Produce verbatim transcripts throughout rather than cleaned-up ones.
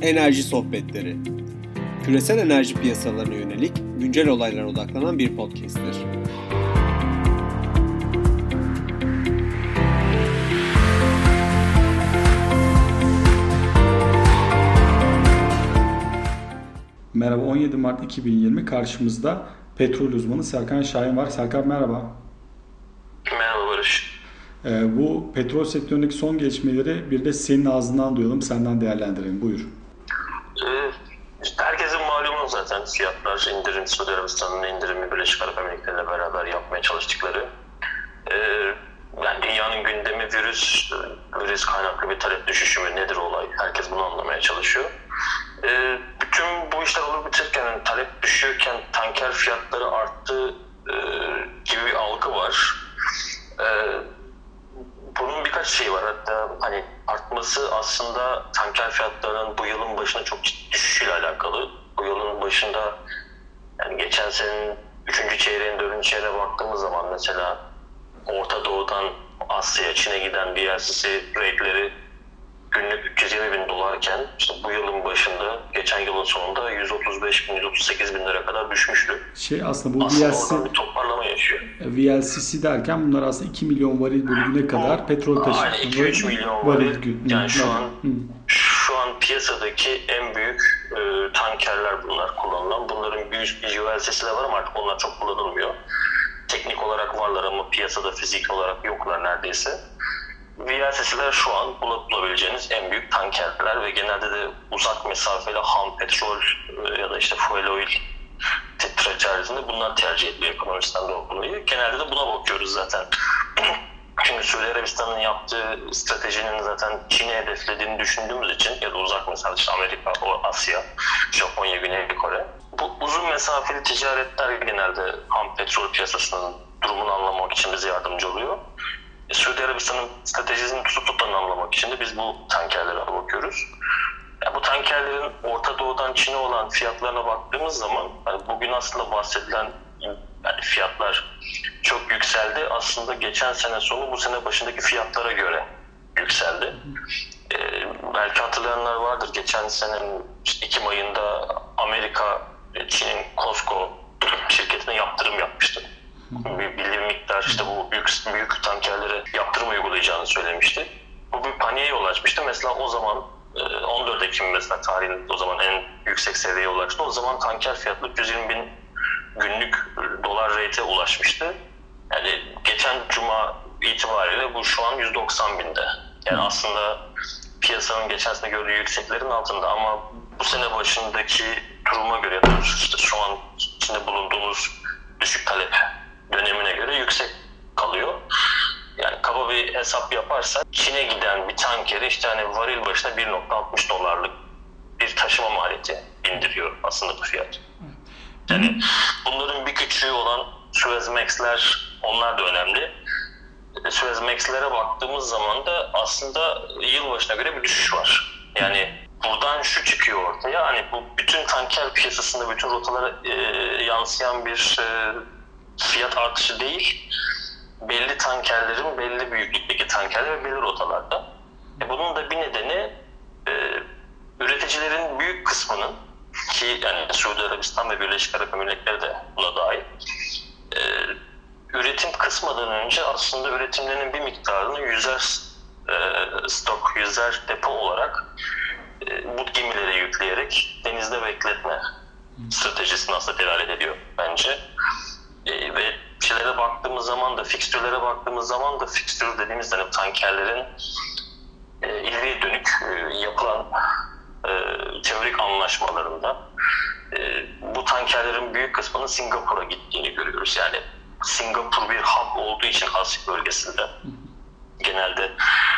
Enerji Sohbetleri. Küresel enerji piyasalarına yönelik güncel olaylara odaklanan bir podcast'tir. Merhaba, on yedi Mart iki bin yirmi karşımızda petrol uzmanı Serkan Şahin var. Serkan merhaba. Merhaba Barış. Ee, bu petrol sektöründeki son gelişmeleri bir de senin ağzından duyalım, senden değerlendirelim. Buyur. Ee, işte herkesin malumu zaten fiyatlar indirim, Suudi Arabistan'ın indirimi Birleşik Arap Emirlikleri'yle beraber yapmaya çalıştıkları. Ee, yani dünyanın gündemi virüs, virüs kaynaklı bir talep düşüşü mü, nedir olay? Herkes bunu anlamaya çalışıyor. Ee, bütün bu işler olup bitirirken, talep düşüyorken tanker fiyatları arttı e, gibi bir algı var. Ee, bunun birkaç şeyi var, hatta hani artması aslında tanker fiyatlarının bu yılın başında çok ciddi düşüşüyle alakalı. Bu yılın başında yani geçen senenin üçüncü çeyreğin dördüncü çeyreğe baktığımız zaman mesela Orta Doğu'dan Asya'ya, Çin'e giden V L C C rate'leri günlük üç yüz yirmi bin dolarken işte bu yılın başında, geçen yılın sonunda yüz otuz beş bin, yüz otuz sekiz bin lira kadar düşmüştü. Şey aslında bu aslında V L C C bir toparlama yaşıyor. V L C C derken bunlar aslında iki milyon varil bölümüne kadar o, petrol taşıyor. Aynen iki üç milyon varil. varil yani şu an Hı. şu an piyasadaki en büyük e, tankerler bunlar kullanılan. Bunların büyük bir V L C C'ler var ama artık onlar çok kullanılmıyor. Teknik olarak varlar ama piyasada fizik olarak yoklar neredeyse. V L C C'ler şu an bulabileceğiniz en büyük tankerler ve genelde de uzak mesafeli ham petrol ya da işte fuel oil ticaretinde bunlar tercih ediliyor ekonomisten dolayı. Genelde de buna bakıyoruz zaten. Çünkü Suudi Arabistan'ın yaptığı stratejinin zaten Çin'e hedeflediğini düşündüğümüz için ya da uzak mesafeli işte Amerika, Asya, Japonya, Güney Kore. Bu uzun mesafeli ticaretler genelde ham petrol piyasasının durumunu anlamak için bize yardımcı oluyor. Suudi Arabistan'ın stratejisini tutup tutmanı anlamak için de biz bu tankerlere bakıyoruz. Yani bu tankerlerin Orta Doğu'dan Çin'e olan fiyatlarına baktığımız zaman yani bugün aslında bahsedilen yani fiyatlar çok yükseldi. Aslında geçen sene sonu bu sene başındaki fiyatlara göre yükseldi. Ee, belki hatırlayanlar vardır. Geçen senenin işte Ekim ayında Amerika Çin'in COSCO şirketine yaptırım yapmıştı. Bir belli bir miktar işte bu büyük, büyük tankerlere yaptırım uygulayacağını söylemişti. Bu bir paniğe yol açmıştı. Mesela o zaman on dört Ekim mesela tarihin o zaman en yüksek seviyeye ulaştı. O zaman tanker fiyatı üç yüz yirmi bin günlük dolar rate'e ulaşmıştı. Yani geçen cuma itibariyle bu şu an yüz doksan binde. Yani aslında piyasanın geçen sene gördüğü yükseklerin altında ama bu sene başındaki duruma göre işte şu an içinde bulunduğumuz düşük talep dönemine göre yüksek kalıyor. Yani kaba bir hesap yaparsak Çin'e giden bir tankeri işte hani varil başına bir virgül altmış dolarlık bir taşıma maliyeti indiriyor aslında bu fiyat. Yani bunların bir küçüğü olan Suezmax'ler, onlar da önemli. Suezmax'lere baktığımız zaman da aslında yıl başına göre bir düşüş var. Yani buradan şu çıkıyor ortaya, hani bu bütün tanker piyasasında bütün rotalara e, yansıyan bir e, fiyat artışı değil, belli tankerlerin belli büyüklükteki tankerler ve belli rotalarda. E bunun da bir nedeni e, üreticilerin büyük kısmının ki yani Suudi Arabistan ve Birleşik Arap Emirlikleri de buna dahil e, üretim kısmadan önce aslında üretimlerinin bir miktarını yüzer e, stok, yüzer depo olarak e, bu gemilere yükleyerek denizde bekletme stratejisini aslında delalet ediyor bence. E, ve şeylere baktığımız zaman da, fikstürlere baktığımız zaman da fikstür dediğimiz hani tankerlerin e, ileriye dönük e, yapılan e, teorik anlaşmalarında e, bu tankerlerin büyük kısmının Singapur'a gittiğini görüyoruz. Yani Singapur bir hub olduğu için Asya bölgesinde genelde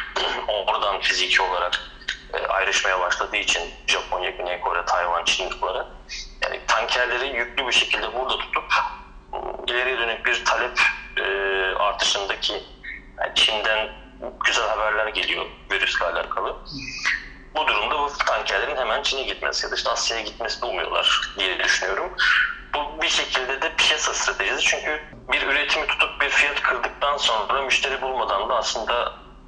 oradan fiziki olarak e, ayrışmaya başladığı için Japonya, Güney Kore, Tayvan, Çin olarak yani tankerleri yüklü bir şekilde burada tutup ileriye dönük bir talep e, artışındaki yani Çin'den güzel haberler geliyor virüsle alakalı. Bu durumda bu tankerlerin hemen Çin'e gitmesi ya da işte Asya'ya gitmesini umuyorlar diye düşünüyorum. Bu bir şekilde de piyasa stratejisi, çünkü bir üretimi tutup bir fiyat kırdıktan sonra müşteri bulmadan da aslında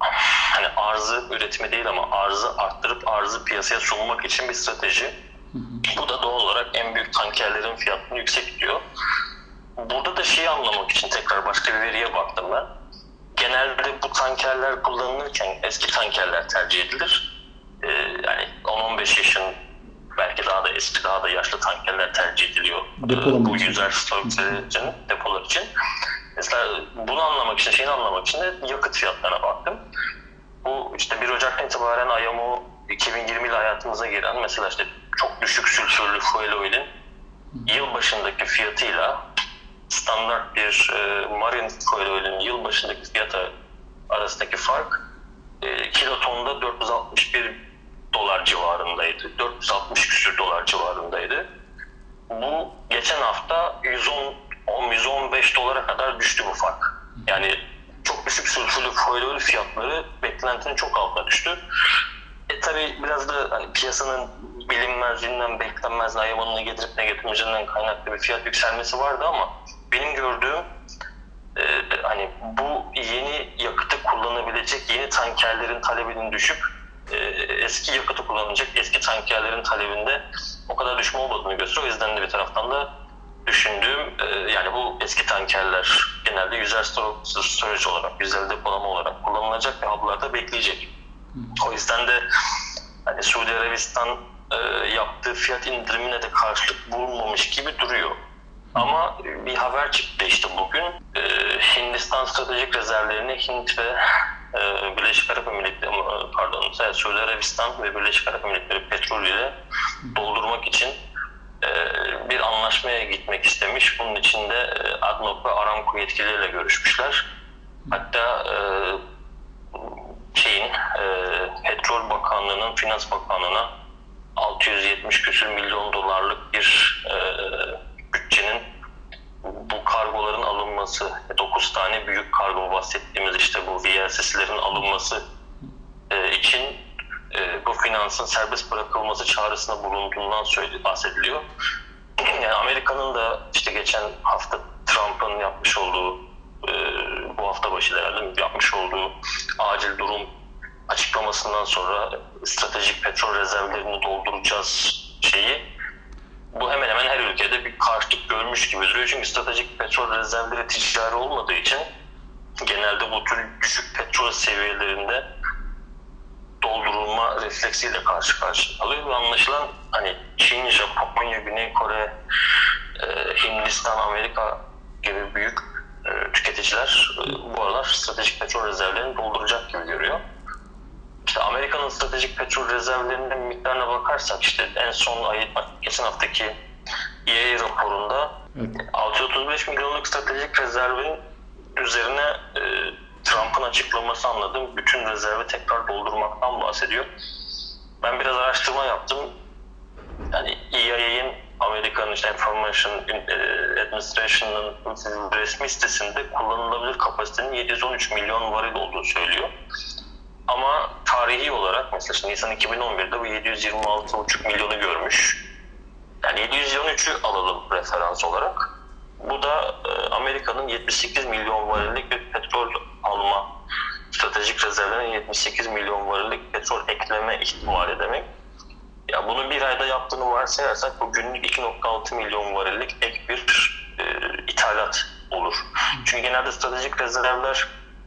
hani arzı üretimi değil ama arzı arttırıp arzı piyasaya sunmak için bir strateji. Hı hı. Bu da doğal olarak en büyük tankerlerin fiyatını yüksek tutuyor. Burada da şeyi anlamak için tekrar başka bir veriye baktım ben. Genelde bu tankerler kullanılırken eski tankerler tercih edilir. Ee, yani on on beş yaşın belki daha da eski, daha da yaşlı tankerler tercih ediliyor. Depolama bu yüzer stok için, depolar için. Mesela bunu anlamak için, şeyini anlamak için de yakıt fiyatlarına baktım. Bu işte bir Ocak'tan itibaren I M O iki bin yirmi ile hayatımıza giren mesela işte çok düşük sülfürlü fuel oil'in yıl başındaki fiyatıyla standart bir e, marine fuel oil'in yıl başındaki fiyatı arasındaki fark e, kilotonda dört yüz altmış bir dolar civarındaydı. dört yüz altmış küsür dolar civarındaydı. Bu geçen hafta yüz on yüz on beş dolara kadar düştü bu fark. Yani çok düşük sülfürlü fuel oil fiyatları beklentinin çok altına düştü. E tabi biraz da hani piyasanın bilinmezliğinden, beklenmezliğinden, I M O'nun ne getirip ne getirmeyeceğinden kaynaklı bir fiyat yükselmesi vardı ama benim gördüğüm e, hani bu yeni yakıtı kullanabilecek yeni tankerlerin talebinin düşüp e, eski yakıtı kullanacak eski tankerlerin talebinde o kadar düşme olmadığını gösteriyor. O yüzden de bir taraftan da düşündüğüm e, yani bu eski tankerler genelde yüzer storage olarak, yüzer depolama olarak kullanılacak ve hub'larda bekleyecek. O yüzden de hani Suudi Arabistan e, yaptığı fiyat indirimine de karşılık bulunmamış gibi duruyor. Ama bir haber çıktı işte bugün. E, Hindistan stratejik rezervlerini Hint ve e, Birleşik Arap Emirlikleri, pardon, Suudi Arabistan ve Birleşik Arap Emirlikleri petrol ile doldurmak için e, bir anlaşmaya gitmek istemiş. Bunun için de e, A D N O K ve Aramco yetkilileriyle görüşmüşler. Hatta e, şeyin e, Petrol Bakanlığı'nın Finans Bakanlığı'na altı yüz yetmiş küsur milyon dolarlık bir e, bütçenin bu kargoların alınması, dokuz tane büyük kargo bahsettiğimiz işte bu V L C C'lerin alınması e, için e, bu finansın serbest bırakılması çağrısında bulunduğundan söyle, bahsediliyor. Yani Amerika'nın da işte geçen hafta Trump'ın yapmış olduğu e, bu hafta başı herhalde yapmış olduğu acil durum açıklamasından sonra stratejik petrol rezervlerini dolduracağız şeyi bu hemen hemen her ülkede bir karşılık görmüş gibi duruyor. Çünkü stratejik petrol rezervleri ticari olmadığı için genelde bu tür düşük petrol seviyelerinde doldurulma refleksiyle karşı karşıya kalıyor ve anlaşılan hani Çin, Japonya, Güney Kore, e, Hindistan, Amerika gibi büyük e, tüketiciler e, bu aralar stratejik petrol rezervlerini dolduracak gibi görüyor. İşte Amerika'nın stratejik petrol rezervlerinin miktarına bakarsak işte en son ay, geçen haftaki E A raporunda evet. altı yüz otuz beş milyonluk stratejik rezervin üzerine e, Trump'ın açıklaması anladım. Bütün rezervi tekrar doldurmaktan bahsediyor. Ben biraz araştırma yaptım. Yani E I A'nin Amerika'nın işte Information Administration'ın resmi sitesinde kullanılabilir kapasitenin yedi yüz on üç milyon varil olduğu söylüyor. Ama tarihi olarak mesela işte Nisan iki bin on birde bu yedi yüz yirmi altı buçuk milyonu görmüş. Yani yedi yüz on üçü alalım referans olarak. Bu da e, Amerika'nın yetmiş sekiz milyon varillik bir petrol alma, stratejik rezervlerine yetmiş sekiz milyon varillik petrol ekleme ihtimali demek. Ya bunu bir ayda yaptığını varsayarsak bu günlük iki nokta altı milyon varillik ek bir e, ithalat olur. Çünkü genelde stratejik rezervler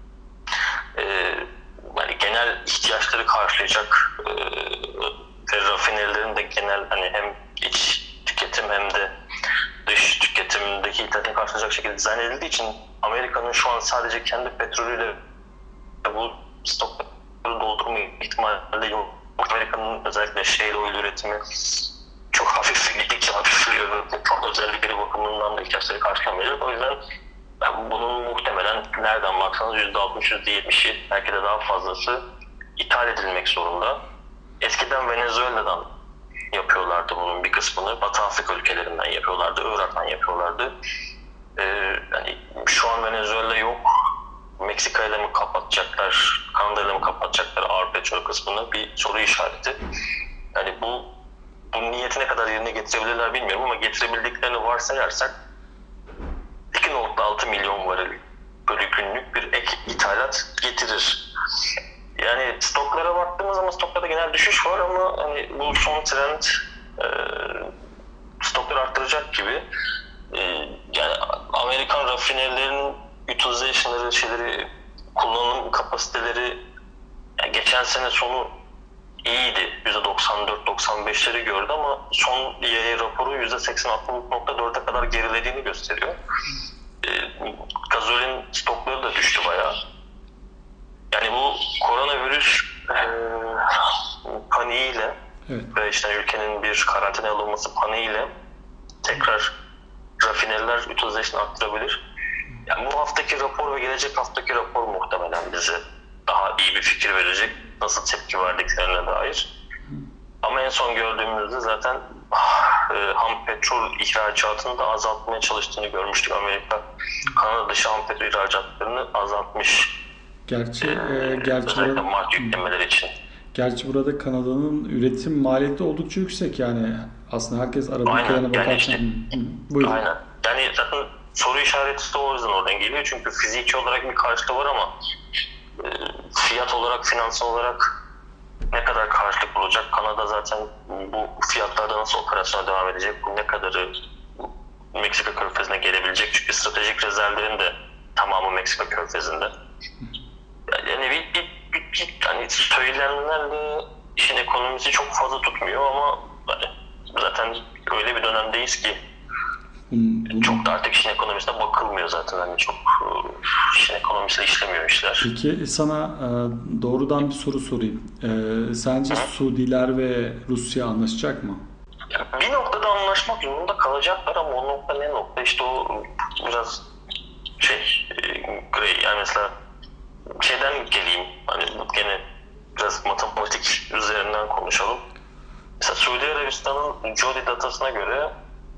e, yani genel ihtiyaçları karşılayacak e, ve rafinerilerin de genel hani hem iç tüketim hem de dış tüketimdeki ihtiyacını karşılayacak şekilde dizayn edildiği için Amerika'nın şu an sadece kendi petrolüyle bu stokları doldurma ihtimali yok. Amerika'nın özellikle shale oil üretimi çok hafif, gittikçe hafifliyor ve petrol özellikleri bakımından da ihtiyaçları karşılamayacak. O yüzden ben bunun muhtemelen nereden baksanız yüzde altmış yüzde yetmişi belki de daha fazlası ithal edilmek zorunda. Eskiden Venezuela'dan yapıyorlardı bunun bir kısmını. Batı Afrika ülkelerinden yapıyorlardı, Irak'tan yapıyorlardı. Ee, yani şu an Venezuela yok. Meksika ile mi kapatacaklar, Kanada ile mi kapatacaklar ağır petrol kısmını bir soru işareti. Yani bu bu niyeti ne kadar yerine getirebilirler bilmiyorum ama getirebildiklerini varsayarsak iki nokta altı milyon varil bölü günlük bir ek ithalat getirir. Yani trend e, stokları arttıracak gibi. E, yani Amerikan rafinerilerinin utilization'ları, şeyleri, kullanım kapasiteleri yani geçen sene sonu iyiydi. yüzde doksan dört doksan beşleri gördü ama son E I A raporu yüzde seksen altı nokta dörde kadar gerilediğini gösteriyor. E, gazolin stokları da düştü bayağı. Yani bu koronavirüs e, paniğiyle Evet. ve işte ülkenin bir karantinaya alınması paniğiyle tekrar rafineriler utilization arttırabilir. Yani bu haftaki rapor ve gelecek haftaki rapor muhtemelen bize daha iyi bir fikir verecek. Nasıl tepki verdiklerine dair. Ama en son gördüğümüzde zaten ah, e, ham petrol ihracatını da azaltmaya çalıştığını görmüştük. Amerika, Kanada dışı ham petrol ihracatlarını azaltmış. Gerçi, E, e, gerçi özellikle burada, Mart yüklemeleri için. gerçi burada Kanada'nın üretim maliyeti oldukça yüksek yani. Aslında herkes Arap Aynen, ülkelerine yani bakarsan. işte- Hı, hı. Buyurun. Aynen. Yani zaten soru işareti de o yüzden oradan geliyor. Çünkü fiziki olarak bir karşılığı var ama e, fiyat olarak, finansal olarak ne kadar karşılık bulacak? Kanada zaten bu fiyatlarda nasıl operasyona devam edecek? Bu ne kadarı Meksika Körfezi'ne gelebilecek? Çünkü stratejik rezervlerin de tamamı Meksika Körfezi'nde. Yani bir, bir, bir, bir hani söylenenlerle işin ekonomisi çok fazla tutmuyor ama hani zaten öyle bir dönemdeyiz ki Bunun, bunun- çok da artık işin ekonomisine bakılmıyor zaten. Hani çok e, işin ekonomisiyle işlemiyor işler. Peki sana e, doğrudan bir soru sorayım. E, sence Hı? Suudiler ve Rusya anlaşacak mı? Yani bir noktada anlaşmak zorunda kalacaklar ama o nokta ne nokta? İşte o biraz şey e, gray yani mesela şeyden geleyim. Hani bu gene biraz matematik üzerinden konuşalım. Mesela Suudi Arabistan'ın Jodi datasına göre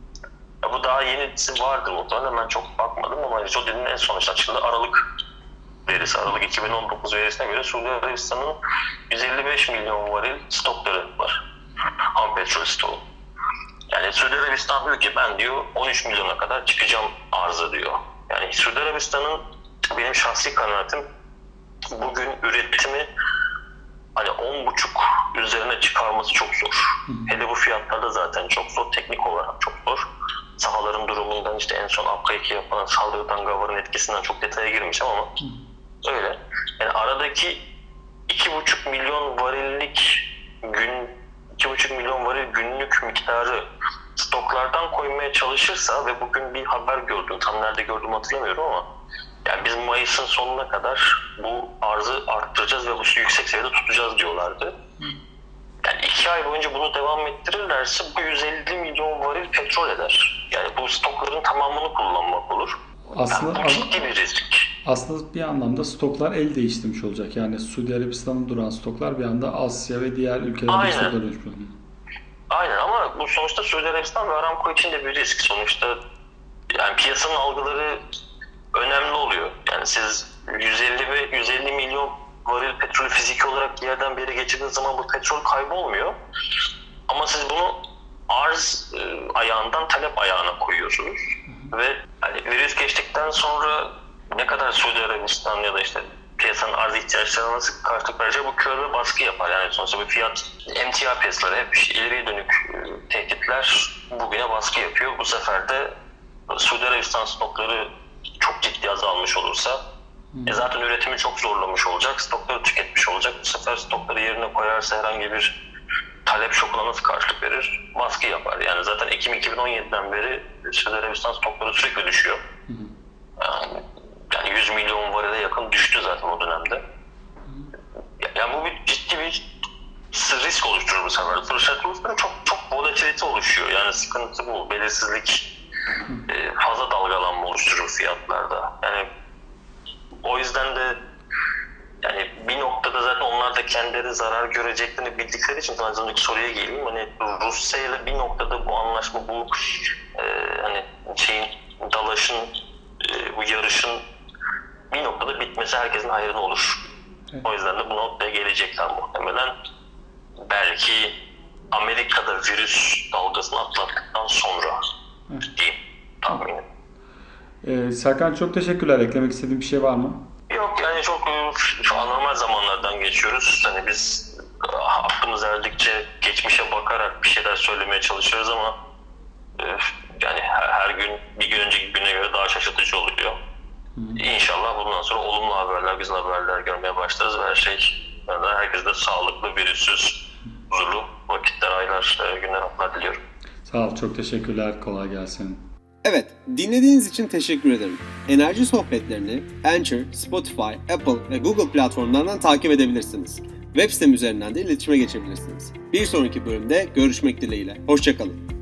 ya bu daha yenisi vardır muhtemelen, ben çok bakmadım ama Jodi'nin en son işte açıkladığı Aralık verisi, Aralık iki bin on dokuz verisine göre Suudi Arabistan'ın yüz elli beş milyon varil stokları var. Ham petrol stoğu. Yani Suudi Arabistan diyor ki ben diyor on üç milyona kadar çıkacağım arıza diyor. Yani Suudi Arabistan'ın benim şahsi kanaatim bugün üretimi hani on buçuk üzerine çıkarması çok zor. Hele bu fiyatlarda zaten çok zor. Teknik olarak çok zor. Sahaların durumundan işte en son Abka iki yapılan saldırıdan Gavar'ın etkisinden çok detaya girmişim ama öyle. Yani aradaki iki buçuk milyon varillik gün iki buçuk milyon varil günlük miktarı stoklardan koymaya çalışırsa ve bugün bir haber gördüm. Tam nerede gördüğümü hatırlamıyorum ama yani biz Mayıs'ın sonuna kadar bu arzı arttıracağız ve bu yüksek seviyede tutacağız diyorlardı. Yani iki ay boyunca bunu devam ettirirlerse bu yüz elli milyon varil petrol eder. Yani bu stokların tamamını kullanmak olur. Aslında Yani bu ciddi bir risk. aslında bir anlamda stoklar el değiştirmiş olacak. Yani Suudi Arabistan'ın duran stoklar bir anda Asya ve diğer ülkelerde Aynen. stoklar dönüşmüş. Aynen ama bu sonuçta Suudi Arabistan ve Aramco için de bir risk. Sonuçta yani piyasanın algıları önemli oluyor. Yani siz yüz elli ve yüz elli milyon varil petrolü fiziki olarak bir yerden bir yere geçirdiğiniz zaman bu petrol kaybolmuyor. Ama siz bunu arz e, ayağından talep ayağına koyuyorsunuz. Ve hani virüs geçtikten sonra ne kadar Suudi Arabistan ya da işte piyasanın arz ihtiyaçlarına nasıl karşılık verecek bu körbe baskı yapar. Yani sonuçta bu fiyat emtia piyasaları hep işte ileriye dönük e, tehditler bugüne baskı yapıyor. Bu sefer de Suudi Arabistan stokları çok ciddi azalmış olursa e zaten üretimi çok zorlamış olacak, stokları tüketmiş olacak. Bu sefer stokları yerine koyarsa herhangi bir talep şokuna nasıl karşılık verir? Baskı yapar. Yani zaten Ekim iki bin on yedi'den beri Suudi Arabistan stokları sürekli düşüyor. Yani, yani yüz milyon varile yakın düştü zaten o dönemde. Yani bu bir ciddi bir risk oluşturur bu sefer. Fırsat olursa çok çok volatilite oluşuyor. Yani sıkıntı bu. Belirsizlik, e, fazla dalgalanma oluşturur fiyatlarda. Yani o yüzden de yani bir noktada zaten onlar da kendileri zarar göreceklerini bildikleri için az önceki soruya geleyim. Hani Rusya ile bir noktada bu anlaşma, bu e, hani şeyin dalaşın, e, bu yarışın bir noktada bitmesi herkesin hayrına olur. Evet. O yüzden de bu noktaya gelecekler muhtemelen. Belki Amerika'da virüs dalgasını atlattıktan sonra Evet. diyeyim tahminim. Ee, Serkan çok teşekkürler. Eklemek istediğin bir şey var mı? Yok yani çok, çok anormal zamanlardan geçiyoruz. Hani biz Hakkımız erdikçe geçmişe bakarak bir şeyler söylemeye çalışıyoruz ama e, yani her, her gün bir gün önceki güne göre daha şaşırtıcı oluyor. Hı. İnşallah bundan sonra olumlu haberler, güzel haberler görmeye başlarız ve her şey, yani herkes de sağlıklı, virüsüz, huzurlu vakitler, aylar, günler, haftalar diliyorum. Sağ ol, çok teşekkürler, kolay gelsin. Evet, dinlediğiniz için teşekkür ederim. Enerji sohbetlerini Anchor, Spotify, Apple ve Google platformlarından takip edebilirsiniz. Web sitem üzerinden de iletişime geçebilirsiniz. Bir sonraki bölümde görüşmek dileğiyle. Hoşça kalın.